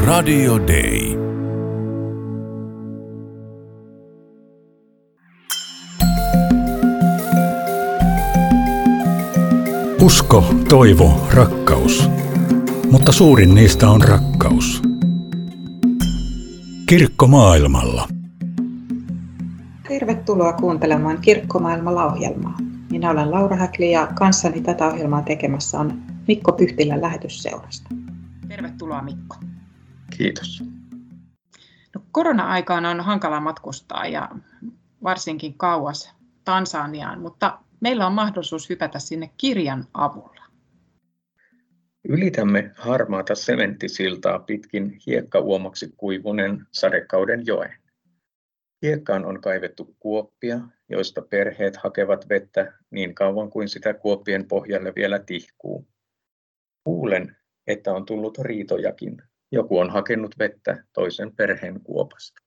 Radio Day. Usko, toivo, rakkaus. Mutta suurin niistä on rakkaus. Kirkko maailmalla. Tervetuloa kuuntelemaan Kirkkomaailmalla ohjelmaa. Minä olen Laura Häkli ja kanssani tätä ohjelmaa tekemässä on Mikko Pyhtilä lähetysseurasta. Tervetuloa Mikko. Kiitos. No, korona-aikana on hankala matkustaa ja varsinkin kauas Tansaniaan, mutta meillä on mahdollisuus hypätä sinne kirjan avulla. Ylitämme harmaata sementtisiltaa pitkin hiekkauomaksi kuivuneen sadekauden joen. Hiekkaan on kaivettu kuoppia, joista perheet hakevat vettä niin kauan kuin sitä kuoppien pohjalle vielä tihkuu. Kuulen, että on tullut riitojakin. Joku on hakenut vettä toisen perheen kuopasta.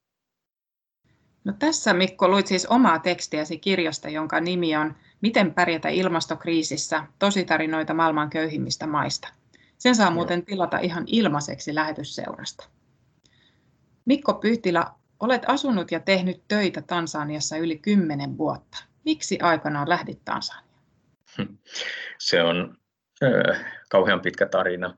No tässä Mikko luit siis omaa tekstiäsi kirjasta, jonka nimi on Miten pärjätä ilmastokriisissä? Tositarinoita maailman köyhimmistä maista. Sen saa muuten tilata ihan ilmaiseksi lähetysseurasta. Mikko Pyhtilä, olet asunut ja tehnyt töitä Tansaniassa yli 10 vuotta. Miksi aikanaan lähdit Tansaniaan? Se on kauhean pitkä tarina.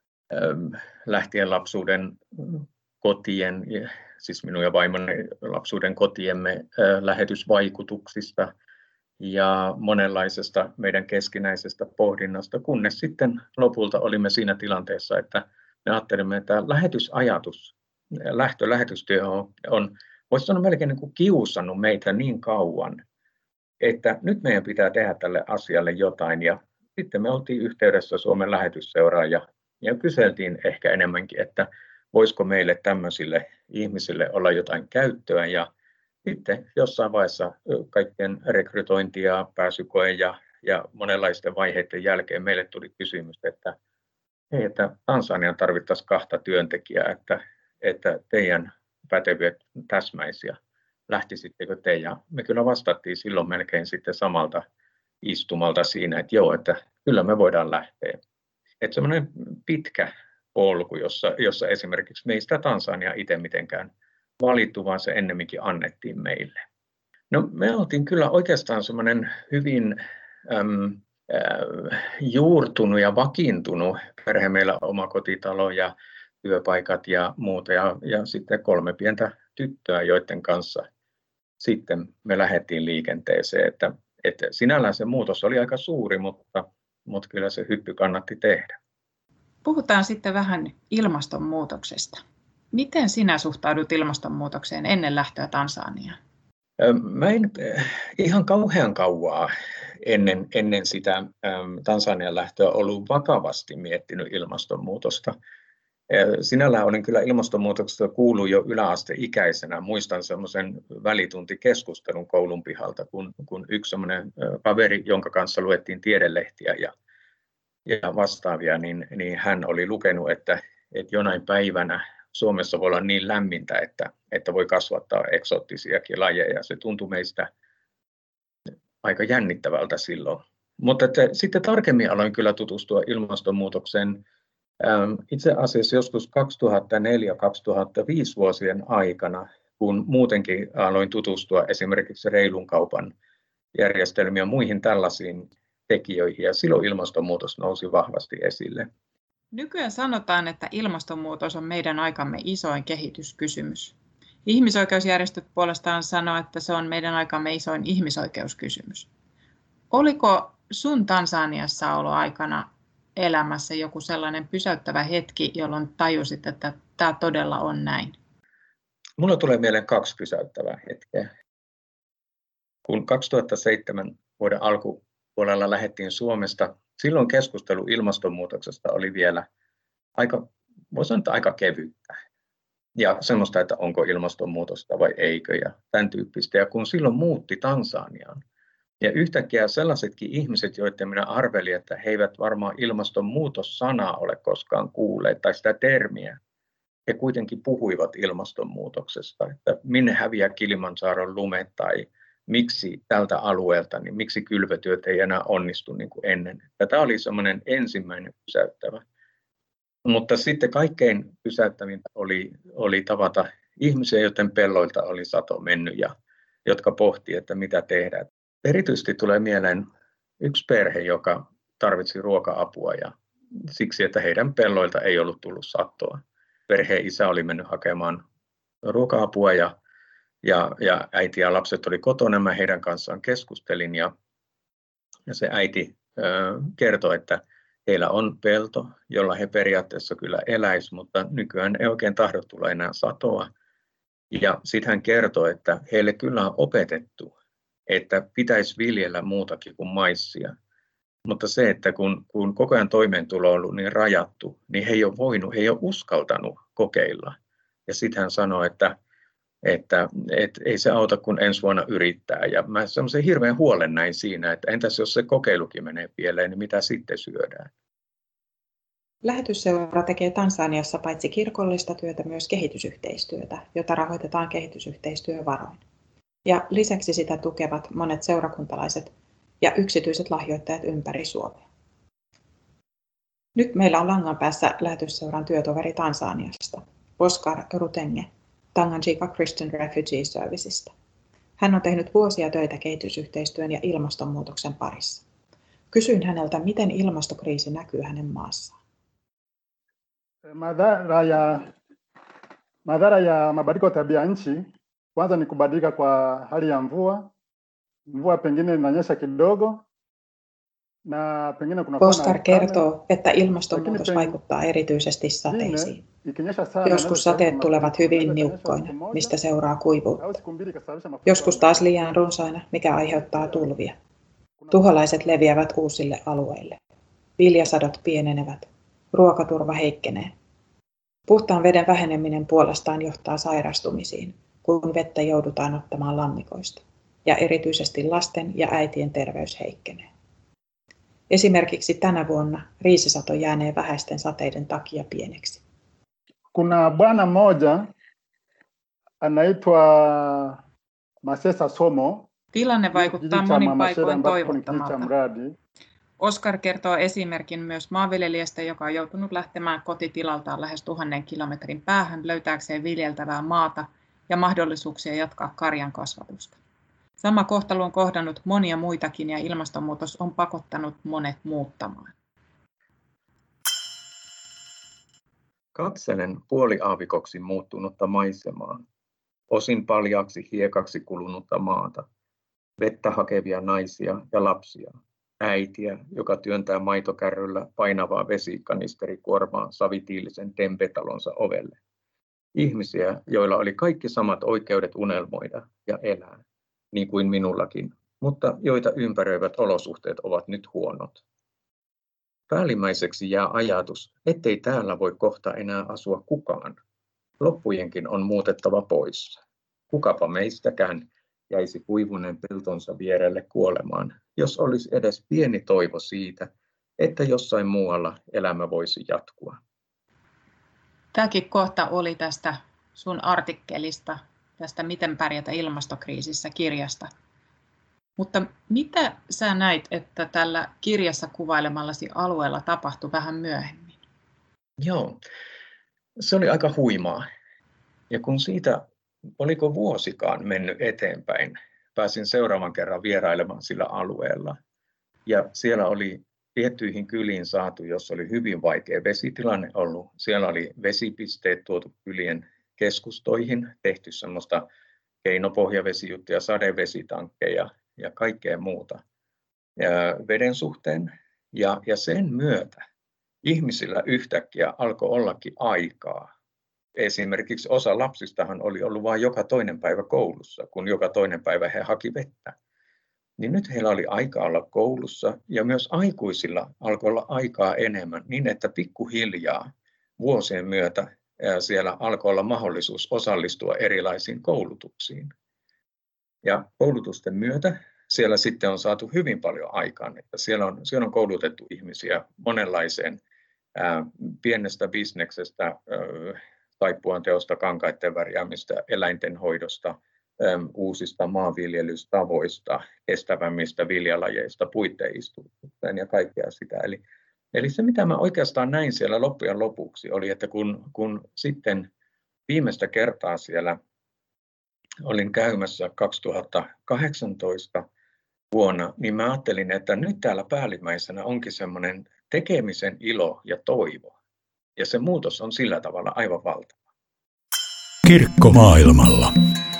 Lähtien lapsuuden kotien, siis minun ja vaimoni lapsuuden kotiemme lähetysvaikutuksista ja monenlaisesta meidän keskinäisestä pohdinnasta, kunnes sitten lopulta olimme siinä tilanteessa, että me ajattelimme, että lähetysajatus, lähetystyö on voisi sanoa melkein niin kuin kiusannut meitä niin kauan, että nyt meidän pitää tehdä tälle asialle jotain. Ja sitten me oltiin yhteydessä Suomen lähetysseuraan ja kyseltiin ehkä enemmänkin, että voisiko meille tämmöisille ihmisille olla jotain käyttöä. Ja sitten jossain vaiheessa kaikkien rekrytointi ja pääsykoe ja monenlaisten vaiheiden jälkeen meille tuli kysymys, että Tansaniaan tarvittaisiin 2 työntekijää, että teidän pätevyydet täsmäisiä. Lähtisittekö te? Ja me kyllä vastattiin silloin melkein sitten samalta istumalta siinä, että joo, että kyllä me voidaan lähteä. Että semmoinen pitkä polku, jossa esimerkiksi meistä Tansania itse mitenkään valittu, vaan se ennemminkin annettiin meille. No me oltiin kyllä oikeastaan semmoinen hyvin juurtunut ja vakiintunut perhe. Meillä oma kotitalo ja työpaikat ja muuta ja sitten 3 pientä tyttöä, joiden kanssa sitten me lähdettiin liikenteeseen. Että sinällään se muutos oli aika suuri, mutta kyllä se hyppy kannatti tehdä. Puhutaan sitten vähän ilmastonmuutoksesta. Miten sinä suhtaudut ilmastonmuutokseen ennen lähtöä Tansaniaan? Mä en ihan kauhean kauaa ennen sitä Tansanian lähtöä ollut vakavasti miettinyt ilmastonmuutosta. Sinällään olin kyllä ilmastonmuutoksesta kuullut jo yläasteikäisenä. Muistan semmoisen välituntikeskustelun koulun pihalta, kun yksi semmoinen kaveri, jonka kanssa luettiin tiedelehtiä ja vastaavia, niin hän oli lukenut, että jonain päivänä Suomessa voi olla niin lämmintä, että voi kasvattaa eksoottisiakin lajeja. Se tuntui meistä aika jännittävältä silloin. Mutta sitten tarkemmin aloin kyllä tutustua ilmastonmuutokseen. Itse asiassa joskus 2004-2005 vuosien aikana, kun muutenkin aloin tutustua esimerkiksi reilun kaupan järjestelmiin ja muihin tällaisiin tekijöihin, ja silloin ilmastonmuutos nousi vahvasti esille. Nykyään sanotaan, että ilmastonmuutos on meidän aikamme isoin kehityskysymys. Ihmisoikeusjärjestöt puolestaan sanoo, että se on meidän aikamme isoin ihmisoikeuskysymys. Oliko sun Tansaniassa oloaikana elämässä joku sellainen pysäyttävä hetki, jolloin tajusit, että tämä todella on näin? Mulla tulee mieleen 2 pysäyttävää hetkeä. Kun 2007 vuoden alkupuolella lähdettiin Suomesta, silloin keskustelu ilmastonmuutoksesta oli vielä aika kevyttä. Ja semmoista, että onko ilmastonmuutosta vai eikö ja tämän tyyppistä. Ja kun silloin muutti Tansaniaan, ja yhtäkkiä sellaisetkin ihmiset, joiden minä arvelin, että he eivät varmaan ilmastonmuutos-sanaa ole koskaan kuulleet tai sitä termiä, he kuitenkin puhuivat ilmastonmuutoksesta, että minne häviää Kilimanjaron lumet tai miksi tältä alueelta, niin miksi kylvötyöt ei enää onnistu niin kuin ennen. Tämä oli semmoinen ensimmäinen pysäyttävä. Mutta sitten kaikkein pysäyttävintä oli tavata ihmisiä, joiden pelloilta oli sato mennyt ja jotka pohti, että mitä tehdään. Erityisesti tulee mieleen yksi perhe, joka tarvitsi ruoka-apua ja siksi, että heidän pelloilta ei ollut tullut satoa. Perheen isä oli mennyt hakemaan ruoka-apua ja äiti ja lapset oli kotona. Mä heidän kanssaan keskustelin ja se äiti kertoi, että heillä on pelto, jolla he periaatteessa kyllä eläisivät, mutta nykyään ei oikein tahdo tulla enää satoa. Ja sitten hän kertoi, että heille kyllä on opetettu, että pitäisi viljellä muutakin kuin maissia. Mutta se, että kun koko ajan toimeentulo on ollut niin rajattu, niin he ei ole uskaltanut kokeilla. Ja sitten hän sanoi, että ei se auta, kun ensi vuonna yrittää. Ja mä semmoisen hirveän huolen näin siinä, että entäs jos se kokeilukin menee pieleen, niin mitä sitten syödään? Lähetysseura tekee Tansaniassa paitsi kirkollista työtä myös kehitysyhteistyötä, jota rahoitetaan kehitysyhteistyövaroin. Ja lisäksi sitä tukevat monet seurakuntalaiset ja yksityiset lahjoittajat ympäri Suomea. Nyt meillä on langan päässä lähetysseuran työtoveri Tansaniasta, Oscar Rutenge, Tanganyika Christian Refugee Servicesta. Hän on tehnyt vuosia töitä kehitysyhteistyön ja ilmastonmuutoksen parissa. Kysyin häneltä, miten ilmastokriisi näkyy hänen maassaan. Madhara ya mabadiliko ya tabia nchi kwanza ni kubadilika kwa hali ya mvua pengine inanyesha kidogo na pengine kuna Oscar kertoo, että ilmastonmuutos vaikuttaa erityisesti sateisiin. Joskus sateet tulevat hyvin niukkoina, mistä seuraa kuivuutta. Joskus taas liian runsaina, mikä aiheuttaa tulvia. Tuholaiset leviävät uusille alueille. Viljasadot pienenevät. Ruokaturva heikkenee. Puhtaan veden väheneminen puolestaan johtaa sairastumisiin, kun vettä joudutaan ottamaan lammikoista. Ja erityisesti lasten ja äitien terveys heikkenee. Esimerkiksi tänä vuonna riisisato jäänee vähäisten sateiden takia pieneksi. Kuna bwana mmoja anaitwa Masesa Somo. Tilanne vaikuttaa monin paikoin toivottomalta. Oscar kertoo esimerkin myös maanviljelijästä, joka on joutunut lähtemään kotitilaltaan lähes 1000 kilometrin päähän löytääkseen viljeltävää maata ja mahdollisuuksia jatkaa karjan kasvatusta. Sama kohtalo on kohdannut monia muitakin ja ilmastonmuutos on pakottanut monet muuttamaan. Katselen puoliaavikoksi muuttunutta maisemaa, osin paljaaksi hiekaksi kulunutta maata, vettä hakevia naisia ja lapsia, äitiä, joka työntää maitokärryllä painavaa vesikanisterikuormaa savitiilisen tempetalonsa ovelle. Ihmisiä, joilla oli kaikki samat oikeudet unelmoida ja elää, niin kuin minullakin, mutta joita ympäröivät olosuhteet ovat nyt huonot. Päällimmäiseksi jää ajatus, ettei täällä voi kohta enää asua kukaan. Loppujenkin on muutettava pois. Kukapa meistäkään jäisi kuivuneen peltonsa vierelle kuolemaan, jos olisi edes pieni toivo siitä, että jossain muualla elämä voisi jatkua. Tämäkin kohta oli tästä sun artikkelista, tästä Miten pärjätä ilmastokriisissä -kirjasta. Mutta mitä sä näit, että tällä kirjassa kuvailemallasi alueella tapahtui vähän myöhemmin? Joo, se oli aika huimaa. Ja kun siitä oliko vuosikaan mennyt eteenpäin, pääsin seuraavan kerran vierailemaan sillä alueella. Ja siellä oli tiettyihin kyliin saatu, jossa oli hyvin vaikea vesitilanne ollut. Siellä oli vesipisteet tuotu kylien keskustoihin, tehty semmoista keinopohjavesijuttuja, sadevesitankkeja ja kaikkea muuta ja veden suhteen. Ja sen myötä ihmisillä yhtäkkiä alkoi ollakin aikaa. Esimerkiksi osa lapsistahan oli ollut vain joka toinen päivä koulussa, kun joka toinen päivä he haki vettä. Niin nyt heillä oli aikaa olla koulussa ja myös aikuisilla alkoi olla aikaa enemmän niin, että pikkuhiljaa vuosien myötä siellä alkoi olla mahdollisuus osallistua erilaisiin koulutuksiin. Ja koulutusten myötä siellä sitten on saatu hyvin paljon aikaan. Että siellä on koulutettu ihmisiä monenlaiseen pienestä bisneksestä, saippuan teosta, kankaiden värjäämistä, eläinten hoidosta, uusista maanviljelystavoista, kestävämmistä viljalajeista, puitteistutukseen ja kaikkea sitä. Eli se, mitä mä oikeastaan näin siellä loppujen lopuksi, oli, että kun sitten viimeistä kertaa siellä olin käymässä 2018 vuonna, niin mä ajattelin, että nyt täällä päällimmäisenä onkin semmoinen tekemisen ilo ja toivo. Ja se muutos on sillä tavalla aivan valtava. Kirkko maailmalla.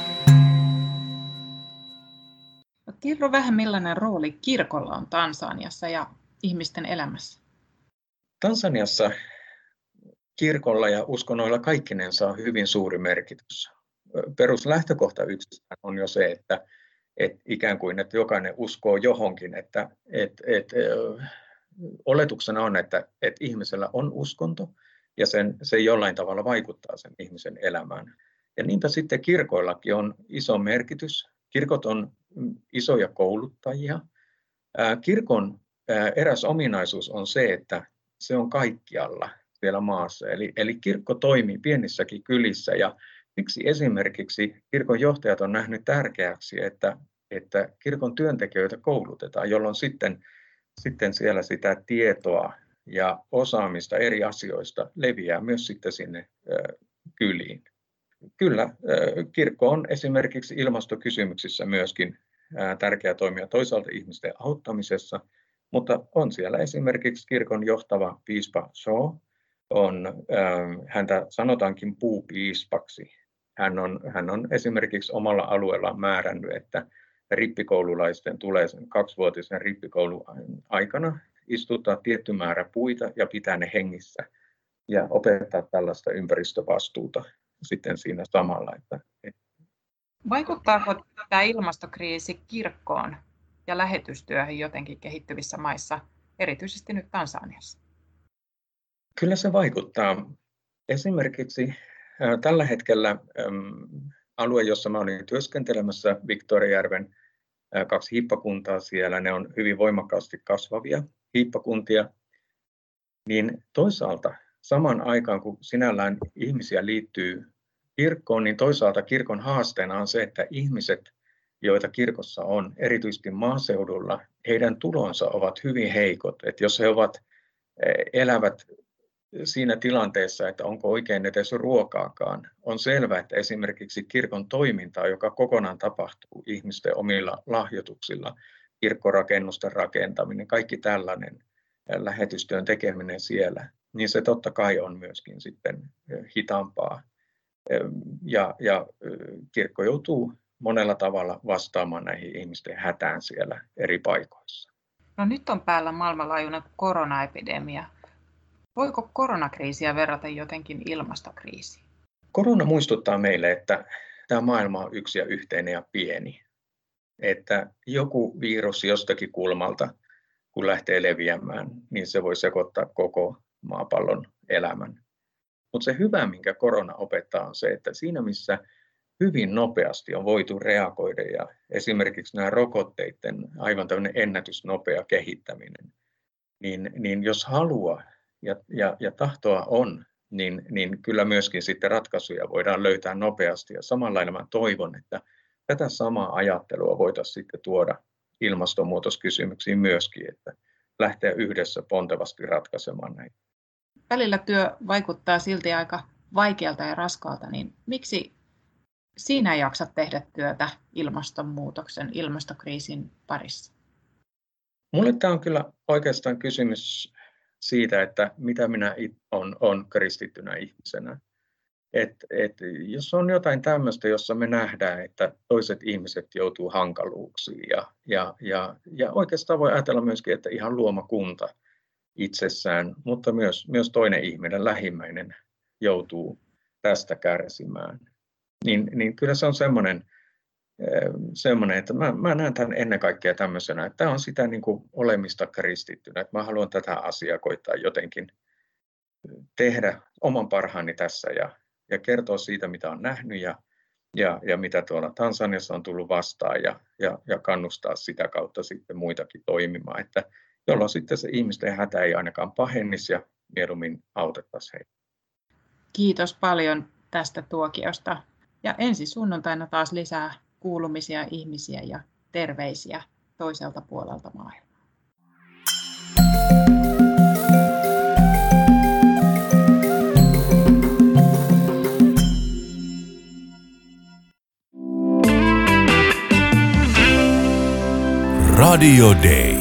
Kerro vähän, millainen rooli kirkolla on Tansaniassa ja ihmisten elämässä. Tansaniassa kirkolla ja uskonnoilla kaikkinensa on hyvin suuri merkitys. Peruslähtökohta yksistään on jo se, että ikään kuin että jokainen uskoo johonkin, että oletuksena on, että ihmisellä on uskonto ja se jollain tavalla vaikuttaa sen ihmisen elämään. Ja niinpä sitten kirkoillakin on iso merkitys. Kirkot on isoja kouluttajia. Kirkon eräs ominaisuus on se, että se on kaikkialla siellä maassa. Eli kirkko toimii pienissäkin kylissä ja siksi esimerkiksi kirkon johtajat on nähnyt tärkeäksi, että kirkon työntekijöitä koulutetaan, jolloin sitten siellä sitä tietoa ja osaamista eri asioista leviää myös sitten sinne kyliin. Kyllä, kirkko on esimerkiksi ilmastokysymyksissä myöskin tärkeä toimija toisaalta ihmisten auttamisessa, mutta on siellä esimerkiksi kirkon johtava piispa Shaw, häntä sanotaankin puupiispaksi. Hän on esimerkiksi omalla alueellaan määrännyt, että rippikoululaisten tulee sen 2-vuotisen rippikoulun aikana istuttaa tietty määrä puita ja pitää ne hengissä ja opettaa tällaista ympäristövastuuta sitten siinä samalla. Vaikuttaako tämä ilmastokriisi kirkkoon ja lähetystyöhön jotenkin kehittyvissä maissa, erityisesti nyt Tansaniassa? Kyllä se vaikuttaa. Esimerkiksi tällä hetkellä alue, jossa mä olin työskentelemässä, Victoriajärven 2 hiippakuntaa siellä, ne on hyvin voimakkaasti kasvavia hiippakuntia, niin toisaalta samaan aikaan, kun sinällään ihmisiä liittyy kirkkoon, niin toisaalta kirkon haasteena on se, että ihmiset, joita kirkossa on, erityisesti maaseudulla, heidän tulonsa ovat hyvin heikot. Että jos he elävät siinä tilanteessa, että onko oikein edes ruokaakaan, on selvää, että esimerkiksi kirkon toimintaa, joka kokonaan tapahtuu ihmisten omilla lahjoituksilla, kirkkorakennusten rakentaminen, kaikki tällainen lähetystyön tekeminen siellä, niin se totta kai on myöskin sitten hitaampaa. Ja kirkko joutuu monella tavalla vastaamaan näihin ihmisten hätään siellä eri paikoissa. No nyt on päällä maailmanlaajuinen koronaepidemia. Voiko koronakriisiä verrata jotenkin ilmastokriisiin? Korona muistuttaa meille, että tämä maailma on yksi ja yhteinen ja pieni. Että joku virus jostakin kulmalta, kun lähtee leviämään, niin se voi sekoittaa koko maapallon elämän. Mutta se hyvä, minkä korona opettaa, on se, että siinä missä hyvin nopeasti on voitu reagoida ja esimerkiksi nämä rokotteiden aivan tämmöinen ennätysnopea kehittäminen, niin jos halua ja tahtoa on, niin kyllä myöskin sitten ratkaisuja voidaan löytää nopeasti. Ja samalla lailla mä toivon, että tätä samaa ajattelua voitaisiin sitten tuoda ilmastonmuutoskysymyksiin myöskin, että lähteä yhdessä pontevasti ratkaisemaan näitä. Välillä työ vaikuttaa silti aika vaikealta ja raskaalta, niin miksi sinä jaksat tehdä työtä ilmastonmuutoksen, ilmastokriisin parissa? Mulle tämä on kyllä oikeastaan kysymys siitä, että mitä minä olen kristittynä ihmisenä. Jos on jotain tämmöistä, jossa me nähdään, että toiset ihmiset joutuu hankaluuksiin ja oikeastaan voi ajatella myöskin, että ihan luomakunta itsessään, mutta myös toinen ihminen, lähimmäinen, joutuu tästä kärsimään. Niin kyllä se on semmoinen, että mä näen tämän ennen kaikkea tämmöisenä, että tämä on sitä niin kuin olemista kristittynä, että mä haluan tätä asiaa koittaa jotenkin tehdä oman parhaani tässä ja kertoa siitä, mitä on nähnyt ja mitä tuolla Tansaniassa on tullut vastaan ja kannustaa sitä kautta sitten muitakin toimimaan, että jolloin sitten se ihmisten hätä ei ainakaan pahenisi ja mieluummin autettaisiin heitä. Kiitos paljon tästä tuokiosta. Ja ensi sunnuntaina taas lisää kuulumisia ihmisiä ja terveisiä toiselta puolelta maailmaa. Radio Day.